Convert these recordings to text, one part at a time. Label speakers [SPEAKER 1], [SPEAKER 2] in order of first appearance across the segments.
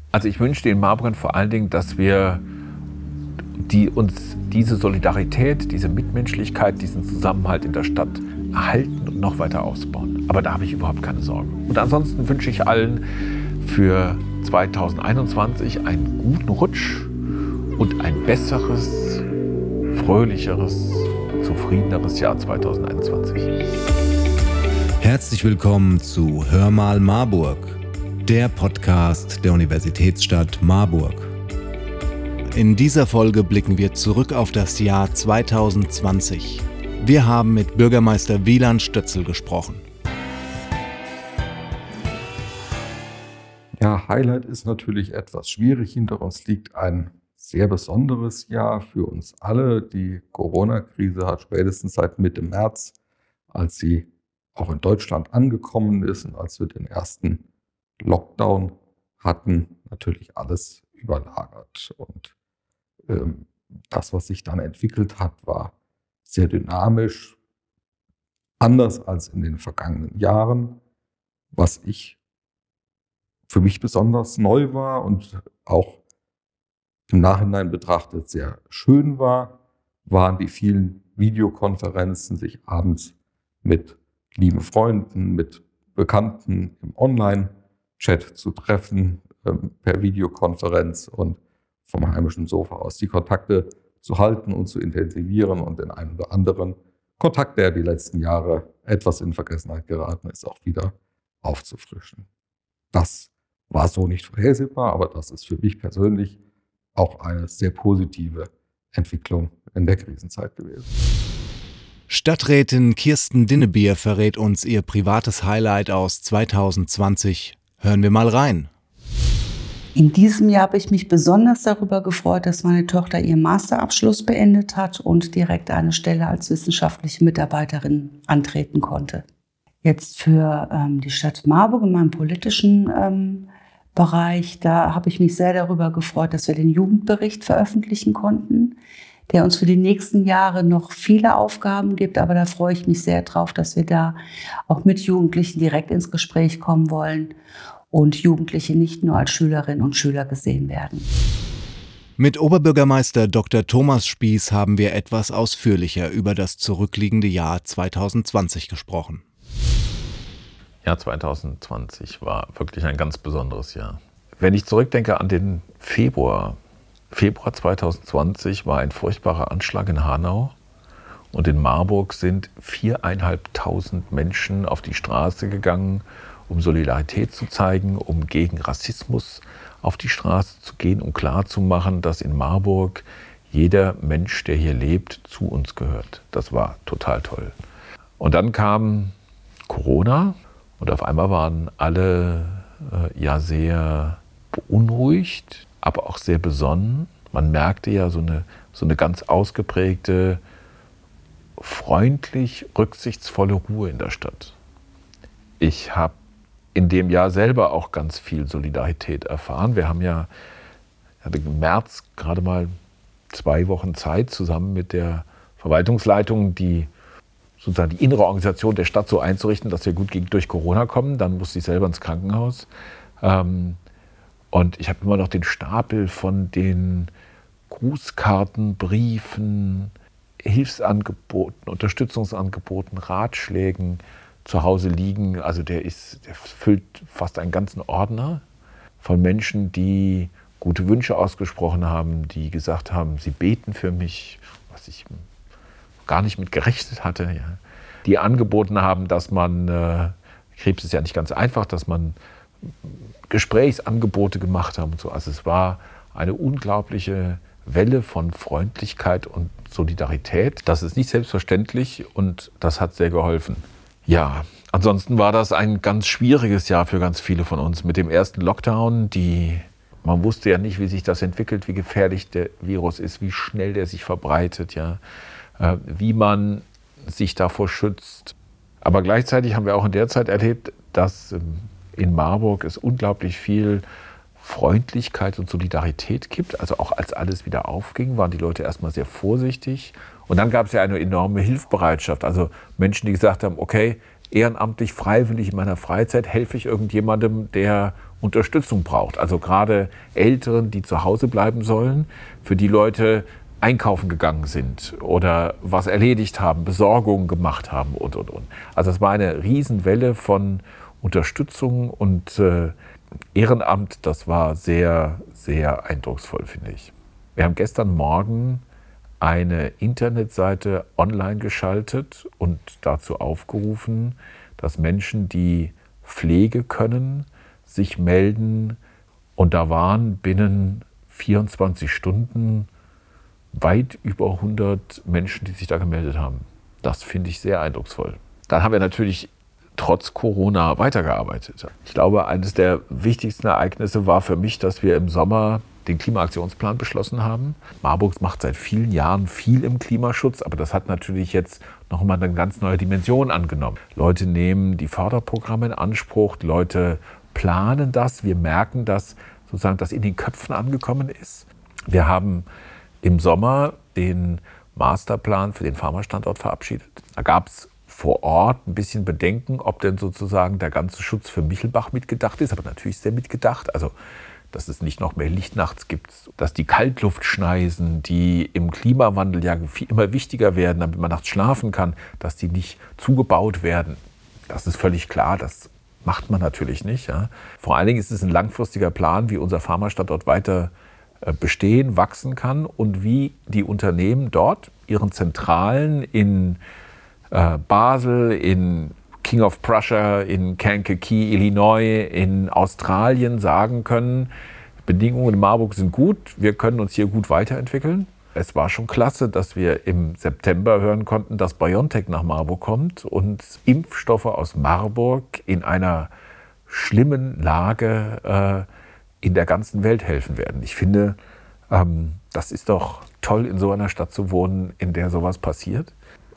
[SPEAKER 1] Also ich wünsche den Marburgern vor allen Dingen, dass wir uns diese Solidarität, diese Mitmenschlichkeit, diesen Zusammenhalt in der Stadt erhalten und noch weiter ausbauen. Aber da habe ich überhaupt keine Sorgen. Und ansonsten wünsche ich allen für 2021 einen guten Rutsch und ein besseres, fröhlicheres, zufriedeneres Jahr 2021.
[SPEAKER 2] Herzlich willkommen zu Hör mal Marburg, der Podcast der Universitätsstadt Marburg. In dieser Folge blicken wir zurück auf das Jahr 2020. Wir haben mit Bürgermeister Wieland Stötzel gesprochen.
[SPEAKER 3] Ja, Highlight ist natürlich etwas schwierig. Hinter uns liegt ein sehr besonderes Jahr für uns alle. Die Corona-Krise hat spätestens seit Mitte März, als sie auch in Deutschland angekommen ist und als wir den ersten Lockdown hatten, natürlich alles überlagert. Und das, was sich dann entwickelt hat, war sehr dynamisch, anders als in den vergangenen Jahren. Was für mich besonders neu war und auch im Nachhinein betrachtet sehr schön war, waren die vielen Videokonferenzen, sich abends mit lieben Freunden, mit Bekannten im Online-Chat zu treffen, per Videokonferenz und vom heimischen Sofa aus die Kontakte zu halten und zu intensivieren und den einen oder anderen Kontakt, der die letzten Jahre etwas in Vergessenheit geraten ist, auch wieder aufzufrischen. Das war so nicht vorhersehbar, aber das ist für mich persönlich auch eine sehr positive Entwicklung in der Krisenzeit gewesen.
[SPEAKER 2] Stadträtin Kirsten Dinnebier verrät uns ihr privates Highlight aus 2020. Hören wir mal rein.
[SPEAKER 4] In diesem Jahr habe ich mich besonders darüber gefreut, dass meine Tochter ihren Masterabschluss beendet hat und direkt eine Stelle als wissenschaftliche Mitarbeiterin antreten konnte. Jetzt für die Stadt Marburg in meinem politischen Bereich, da habe ich mich sehr darüber gefreut, dass wir den Jugendbericht veröffentlichen konnten, der uns für die nächsten Jahre noch viele Aufgaben gibt. Aber da freue ich mich sehr drauf, dass wir da auch mit Jugendlichen direkt ins Gespräch kommen wollen und Jugendliche nicht nur als Schülerinnen und Schüler gesehen werden.
[SPEAKER 2] Mit Oberbürgermeister Dr. Thomas Spieß haben wir etwas ausführlicher über das zurückliegende Jahr 2020 gesprochen.
[SPEAKER 1] Ja, 2020 war wirklich ein ganz besonderes Jahr. Wenn ich zurückdenke an den Februar 2020 war ein furchtbarer Anschlag in Hanau und in Marburg sind 4.500 Menschen auf die Straße gegangen, um Solidarität zu zeigen, um gegen Rassismus auf die Straße zu gehen, um klarzumachen, dass in Marburg jeder Mensch, der hier lebt, zu uns gehört. Das war total toll. Und dann kam Corona und auf einmal waren alle sehr beunruhigt, aber auch sehr besonnen. Man merkte ja so eine ganz ausgeprägte, freundlich rücksichtsvolle Ruhe in der Stadt. Ich habe in dem Jahr selber auch ganz viel Solidarität erfahren. Wir hatte im März gerade mal 2 Wochen Zeit, zusammen mit der Verwaltungsleitung sozusagen die innere Organisation der Stadt so einzurichten, dass wir gut durch Corona kommen. Dann musste ich selber ins Krankenhaus. Und ich habe immer noch den Stapel von den Grußkarten, Briefen, Hilfsangeboten, Unterstützungsangeboten, Ratschlägen zu Hause liegen. Also der füllt fast einen ganzen Ordner von Menschen, die gute Wünsche ausgesprochen haben, die gesagt haben, sie beten für mich, was ich gar nicht mit gerechnet hatte. Ja. Die angeboten haben, dass man, Krebs ist ja nicht ganz einfach, dass man Gesprächsangebote gemacht haben und so. Also es war eine unglaubliche Welle von Freundlichkeit und Solidarität. Das ist nicht selbstverständlich und das hat sehr geholfen. Ja, ansonsten war das ein ganz schwieriges Jahr für ganz viele von uns. Mit dem ersten Lockdown, man wusste ja nicht, wie sich das entwickelt, wie gefährlich der Virus ist, wie schnell der sich verbreitet, ja, wie man sich davor schützt. Aber gleichzeitig haben wir auch in der Zeit erlebt, dass in Marburg es unglaublich viel Freundlichkeit und Solidarität gibt. Also auch als alles wieder aufging, waren die Leute erstmal sehr vorsichtig. Und dann gab es ja eine enorme Hilfsbereitschaft. Also Menschen, die gesagt haben, okay, ehrenamtlich, freiwillig in meiner Freizeit helfe ich irgendjemandem, der Unterstützung braucht. Also gerade Älteren, die zu Hause bleiben sollen, für die Leute einkaufen gegangen sind oder was erledigt haben, Besorgungen gemacht haben und. Also es war eine Riesenwelle von Unterstützung und Ehrenamt. Das war sehr, sehr eindrucksvoll, finde ich. Wir haben gestern Morgen eine Internetseite online geschaltet und dazu aufgerufen, dass Menschen, die Pflege können, sich melden. Und da waren binnen 24 Stunden weit über 100 Menschen, die sich da gemeldet haben. Das finde ich sehr eindrucksvoll. Dann haben wir natürlich trotz Corona weitergearbeitet. Ich glaube, eines der wichtigsten Ereignisse war für mich, dass wir im Sommer den Klimaaktionsplan beschlossen haben. Marburg macht seit vielen Jahren viel im Klimaschutz, aber das hat natürlich jetzt nochmal eine ganz neue Dimension angenommen. Leute nehmen die Förderprogramme in Anspruch, Leute planen das, wir merken, dass sozusagen das in den Köpfen angekommen ist. Wir haben im Sommer den Masterplan für den Pharmastandort verabschiedet. Da gab es vor Ort ein bisschen Bedenken, ob denn sozusagen der ganze Schutz für Michelbach mitgedacht ist, aber natürlich ist der mitgedacht. Also dass es nicht noch mehr Licht nachts gibt, dass die Kaltluftschneisen, die im Klimawandel ja immer wichtiger werden, damit man nachts schlafen kann, dass die nicht zugebaut werden. Das ist völlig klar, das macht man natürlich nicht. Ja. Vor allen Dingen ist es ein langfristiger Plan, wie unser Pharmastandort weiter bestehen, wachsen kann und wie die Unternehmen dort ihren Zentralen in Basel, in King of Prussia, in Kankakee, Illinois, in Australien sagen können, Bedingungen in Marburg sind gut, wir können uns hier gut weiterentwickeln. Es war schon klasse, dass wir im September hören konnten, dass BioNTech nach Marburg kommt und Impfstoffe aus Marburg in einer schlimmen Lage in der ganzen Welt helfen werden. Ich finde, das ist doch toll, in so einer Stadt zu wohnen, in der sowas passiert.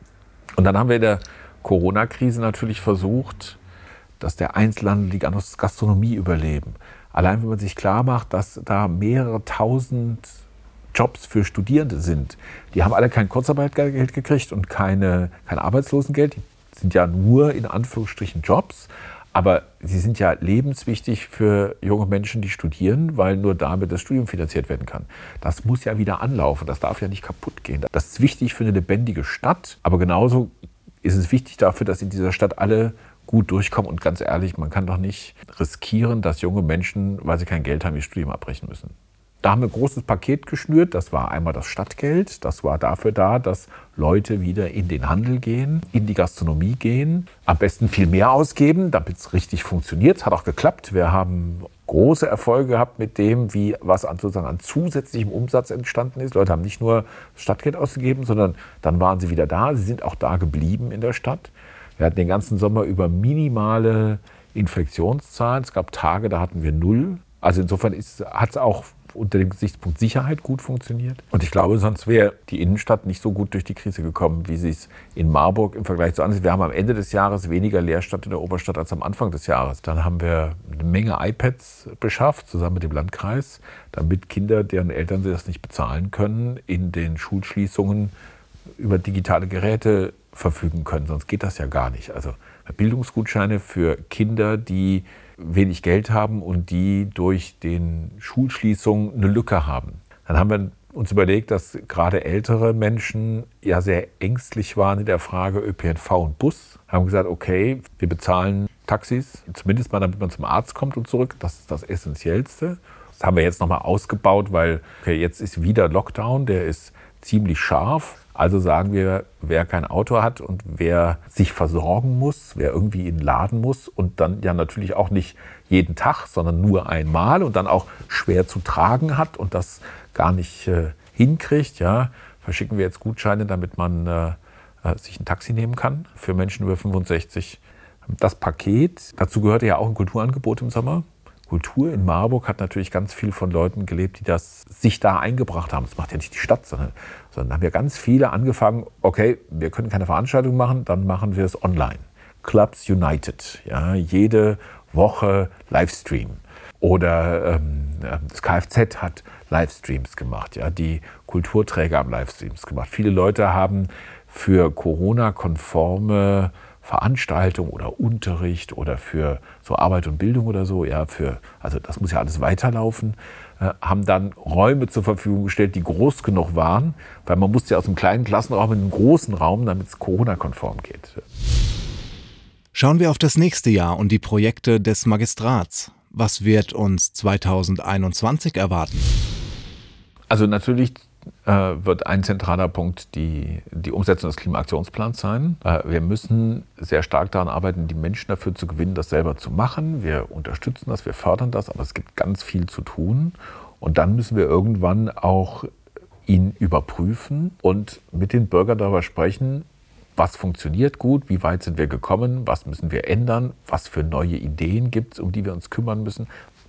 [SPEAKER 1] Und dann haben wir in der Corona-Krise natürlich versucht, dass der Einzelhandel, die Gastronomie überleben. Allein wenn man sich klar macht, dass da mehrere tausend Jobs für Studierende sind. Die haben alle kein Kurzarbeitergeld gekriegt und kein Arbeitslosengeld. Die sind ja nur in Anführungsstrichen Jobs. Aber sie sind ja lebenswichtig für junge Menschen, die studieren, weil nur damit das Studium finanziert werden kann. Das muss ja wieder anlaufen, das darf ja nicht kaputt gehen. Das ist wichtig für eine lebendige Stadt, aber genauso ist es wichtig dafür, dass in dieser Stadt alle gut durchkommen. Und ganz ehrlich, man kann doch nicht riskieren, dass junge Menschen, weil sie kein Geld haben, ihr Studium abbrechen müssen. Da haben wir ein großes Paket geschnürt. Das war einmal das Stadtgeld. Das war dafür da, dass Leute wieder in den Handel gehen, in die Gastronomie gehen. Am besten viel mehr ausgeben, damit es richtig funktioniert. Es hat auch geklappt. Wir haben große Erfolge gehabt mit dem, was sozusagen an zusätzlichem Umsatz entstanden ist. Leute haben nicht nur das Stadtgeld ausgegeben, sondern dann waren sie wieder da. Sie sind auch da geblieben in der Stadt. Wir hatten den ganzen Sommer über minimale Infektionszahlen. Es gab Tage, da hatten wir 0. Also insofern hat es auch unter dem Gesichtspunkt Sicherheit gut funktioniert. Und ich glaube, sonst wäre die Innenstadt nicht so gut durch die Krise gekommen, wie sie es in Marburg im Vergleich zu anderen ist. Wir haben am Ende des Jahres weniger Leerstand in der Oberstadt als am Anfang des Jahres. Dann haben wir eine Menge iPads beschafft, zusammen mit dem Landkreis, damit Kinder, deren Eltern das nicht bezahlen können, in den Schulschließungen über digitale Geräte verfügen können. Sonst geht das ja gar nicht. Also Bildungsgutscheine für Kinder, die wenig Geld haben und die durch den Schulschließungen eine Lücke haben. Dann haben wir uns überlegt, dass gerade ältere Menschen ja sehr ängstlich waren in der Frage ÖPNV und Bus. Haben gesagt, okay, wir bezahlen Taxis, zumindest mal, damit man zum Arzt kommt und zurück. Das ist das Essentiellste. Das haben wir jetzt nochmal ausgebaut, weil jetzt ist wieder Lockdown, der ist ziemlich scharf. Also sagen wir, wer kein Auto hat und wer sich versorgen muss, wer irgendwie in den Laden muss und dann ja natürlich auch nicht jeden Tag, sondern nur einmal und dann auch schwer zu tragen hat und das gar nicht hinkriegt, ja, verschicken wir jetzt Gutscheine, damit man sich ein Taxi nehmen kann für Menschen über 65. Das Paket, dazu gehörte ja auch ein Kulturangebot im Sommer. Kultur in Marburg hat natürlich ganz viel von Leuten gelebt, die sich da eingebracht haben. Das macht ja nicht die Stadt, sondern haben wir ganz viele angefangen, okay, wir können keine Veranstaltung machen, dann machen wir es online. Clubs United, ja, jede Woche Livestream. Oder das Kfz hat Livestreams gemacht, ja, die Kulturträger haben Livestreams gemacht. Viele Leute haben für Corona-konforme Veranstaltung oder Unterricht oder für so Arbeit und Bildung oder so, ja, also das muss ja alles weiterlaufen, haben dann Räume zur Verfügung gestellt, die groß genug waren, weil man musste ja aus einem kleinen Klassenraum in einen großen Raum, damit es Corona-konform geht.
[SPEAKER 2] Schauen wir auf das nächste Jahr und die Projekte des Magistrats. Was wird uns 2021 erwarten?
[SPEAKER 1] Also natürlich wird ein zentraler Punkt die Umsetzung des Klimaaktionsplans sein. Wir müssen sehr stark daran arbeiten, die Menschen dafür zu gewinnen, das selber zu machen. Wir unterstützen das, wir fördern das, aber es gibt ganz viel zu tun. Und dann müssen wir irgendwann auch ihn überprüfen und mit den Bürgern darüber sprechen, was funktioniert gut, wie weit sind wir gekommen, was müssen wir ändern, was für neue Ideen gibt es, um die wir uns kümmern müssen.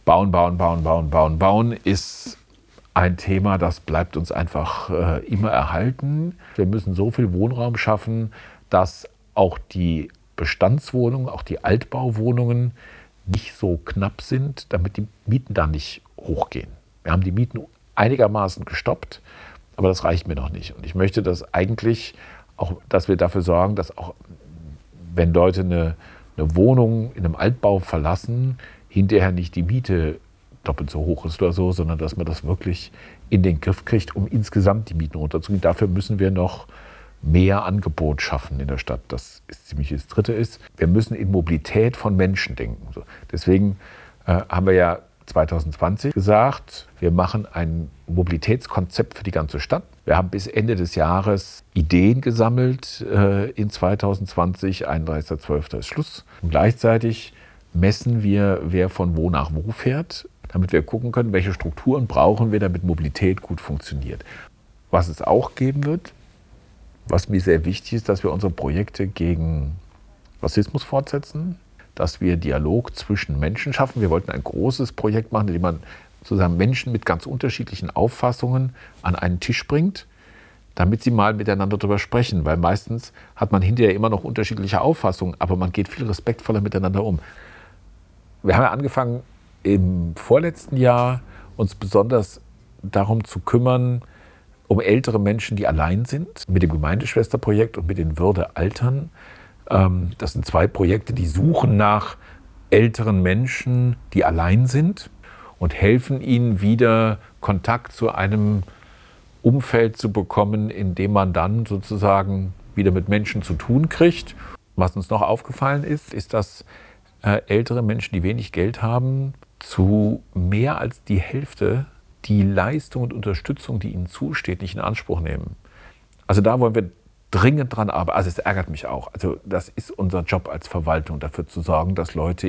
[SPEAKER 1] Bauen ist ein Thema, das bleibt uns einfach immer erhalten. Wir müssen so viel Wohnraum schaffen, dass auch die Bestandswohnungen, auch die Altbauwohnungen nicht so knapp sind, damit die Mieten da nicht hochgehen. Wir haben die Mieten einigermaßen gestoppt, aber das reicht mir noch nicht. Und ich möchte das eigentlich auch, dass wir dafür sorgen, dass auch, wenn Leute eine Wohnung in einem Altbau verlassen, hinterher nicht die Miete doppelt so hoch ist oder so, sondern dass man das wirklich in den Griff kriegt, um insgesamt die Mieten runterzugehen. Dafür müssen wir noch mehr Angebot schaffen in der Stadt. Das ist ziemlich das Dritte ist. Wir müssen in Mobilität von Menschen denken. Deswegen haben wir ja 2020 gesagt, wir machen ein Mobilitätskonzept für die ganze Stadt. Wir haben bis Ende des Jahres Ideen gesammelt in 2020. 31.12. ist Schluss. Und gleichzeitig messen wir, wer von wo nach wo fährt, damit wir gucken können, welche Strukturen brauchen wir, damit Mobilität gut funktioniert. Was es auch geben wird, was mir sehr wichtig ist, dass wir unsere Projekte gegen Rassismus fortsetzen, dass wir Dialog zwischen Menschen schaffen. Wir wollten ein großes Projekt machen, in dem man sozusagen Menschen mit ganz unterschiedlichen Auffassungen an einen Tisch bringt, damit sie mal miteinander darüber sprechen. Weil meistens hat man hinterher immer noch unterschiedliche Auffassungen, aber man geht viel respektvoller miteinander um. Wir haben ja angefangen, im vorletzten Jahr uns besonders darum zu kümmern, um ältere Menschen, die allein sind, mit dem Gemeindeschwesterprojekt und mit den Würde-Altern. Das sind 2 Projekte, die suchen nach älteren Menschen, die allein sind und helfen ihnen wieder Kontakt zu einem Umfeld zu bekommen, in dem man dann sozusagen wieder mit Menschen zu tun kriegt. Was uns noch aufgefallen ist, dass ältere Menschen, die wenig Geld haben, zu mehr als die Hälfte die Leistung und Unterstützung, die ihnen zusteht, nicht in Anspruch nehmen. Also da wollen wir dringend dran arbeiten. Also es ärgert mich auch. Also das ist unser Job als Verwaltung, dafür zu sorgen, dass Leute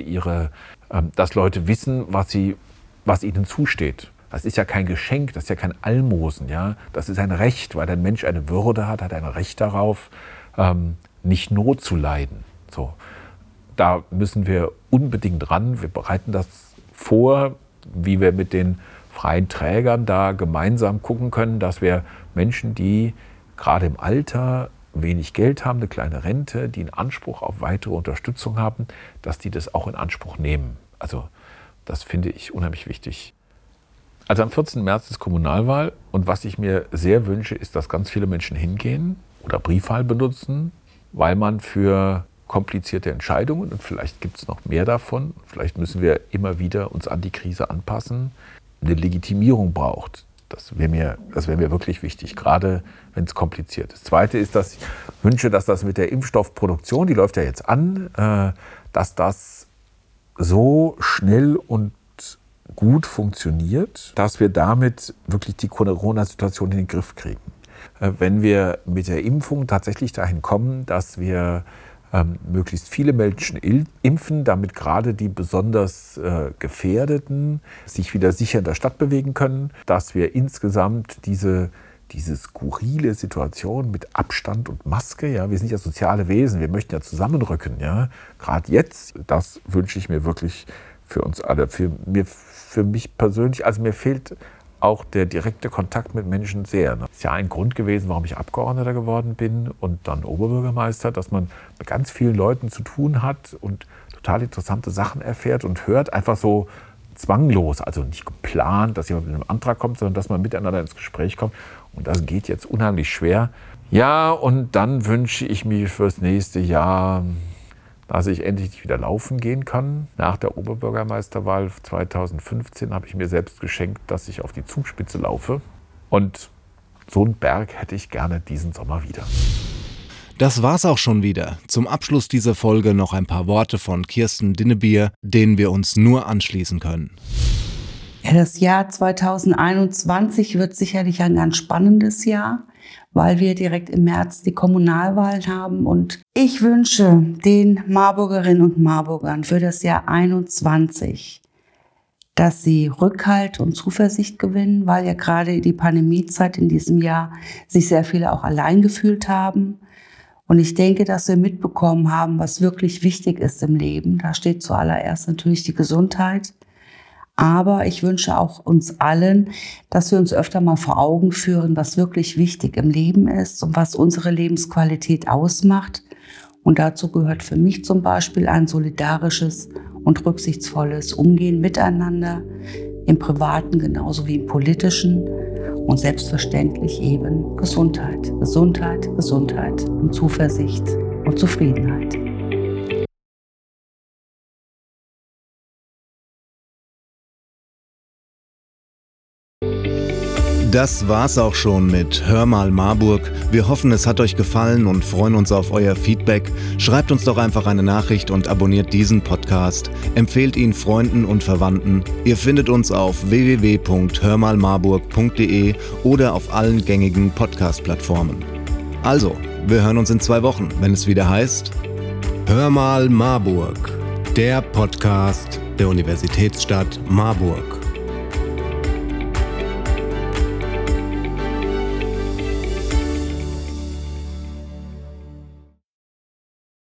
[SPEAKER 1] wissen, was ihnen zusteht. Das ist ja kein Geschenk, das ist ja kein Almosen, ja. Das ist ein Recht, weil der Mensch eine Würde hat ein Recht darauf, nicht Not zu leiden. So. Da müssen wir unbedingt ran. Wir bereiten das vor, wie wir mit den freien Trägern da gemeinsam gucken können, dass wir Menschen, die gerade im Alter wenig Geld haben, eine kleine Rente, die einen Anspruch auf weitere Unterstützung haben, dass die das auch in Anspruch nehmen. Also das finde ich unheimlich wichtig. Also am 14. März ist Kommunalwahl und was ich mir sehr wünsche, ist, dass ganz viele Menschen hingehen oder Briefwahl benutzen, weil man für komplizierte Entscheidungen, und vielleicht gibt es noch mehr davon, vielleicht müssen wir immer wieder uns an die Krise anpassen, eine Legitimierung braucht. Das wäre mir wirklich wichtig, gerade wenn es kompliziert ist. Das Zweite ist, dass ich wünsche, dass das mit der Impfstoffproduktion, die läuft ja jetzt an, dass das so schnell und gut funktioniert, dass wir damit wirklich die Corona-Situation in den Griff kriegen. Wenn wir mit der Impfung tatsächlich dahin kommen, dass wir möglichst viele Menschen impfen, damit gerade die besonders Gefährdeten sich wieder sicher in der Stadt bewegen können, dass wir insgesamt diese skurrile Situation mit Abstand und Maske, ja, wir sind ja soziale Wesen, wir möchten ja zusammenrücken, ja, gerade jetzt, das wünsche ich mir wirklich für uns alle, für mich persönlich, also mir fehlt auch der direkte Kontakt mit Menschen sehr. Das ist ja ein Grund gewesen, warum ich Abgeordneter geworden bin und dann Oberbürgermeister, dass man mit ganz vielen Leuten zu tun hat und total interessante Sachen erfährt und hört, einfach so zwanglos, also nicht geplant, dass jemand mit einem Antrag kommt, sondern dass man miteinander ins Gespräch kommt. Und das geht jetzt unheimlich schwer. Ja, und dann wünsche ich mir fürs nächste Jahr dass ich endlich wieder laufen gehen kann. Nach der Oberbürgermeisterwahl 2015 habe ich mir selbst geschenkt, dass ich auf die Zugspitze laufe. Und so einen Berg hätte ich gerne diesen Sommer wieder.
[SPEAKER 2] Das war's auch schon wieder. Zum Abschluss dieser Folge noch ein paar Worte von Kirsten Dinnebier, denen wir uns nur anschließen können.
[SPEAKER 4] Ja, das Jahr 2021 wird sicherlich ein ganz spannendes Jahr, weil wir direkt im März die Kommunalwahlen haben. Und ich wünsche den Marburgerinnen und Marburgern für das Jahr 2021, dass sie Rückhalt und Zuversicht gewinnen, weil ja gerade die Pandemiezeit in diesem Jahr sich sehr viele auch allein gefühlt haben. Und ich denke, dass wir mitbekommen haben, was wirklich wichtig ist im Leben. Da steht zuallererst natürlich die Gesundheit. Aber ich wünsche auch uns allen, dass wir uns öfter mal vor Augen führen, was wirklich wichtig im Leben ist und was unsere Lebensqualität ausmacht. Und dazu gehört für mich zum Beispiel ein solidarisches und rücksichtsvolles Umgehen miteinander, im Privaten genauso wie im Politischen. Und selbstverständlich eben Gesundheit, Gesundheit, Gesundheit und Zuversicht und Zufriedenheit.
[SPEAKER 2] Das war's auch schon mit Hör mal Marburg. Wir hoffen, es hat euch gefallen und freuen uns auf euer Feedback. Schreibt uns doch einfach eine Nachricht und abonniert diesen Podcast. Empfehlt ihn Freunden und Verwandten. Ihr findet uns auf www.hörmalmarburg.de oder auf allen gängigen Podcast-Plattformen. Also, wir hören uns in 2 Wochen, wenn es wieder heißt Hör mal Marburg, der Podcast der Universitätsstadt Marburg.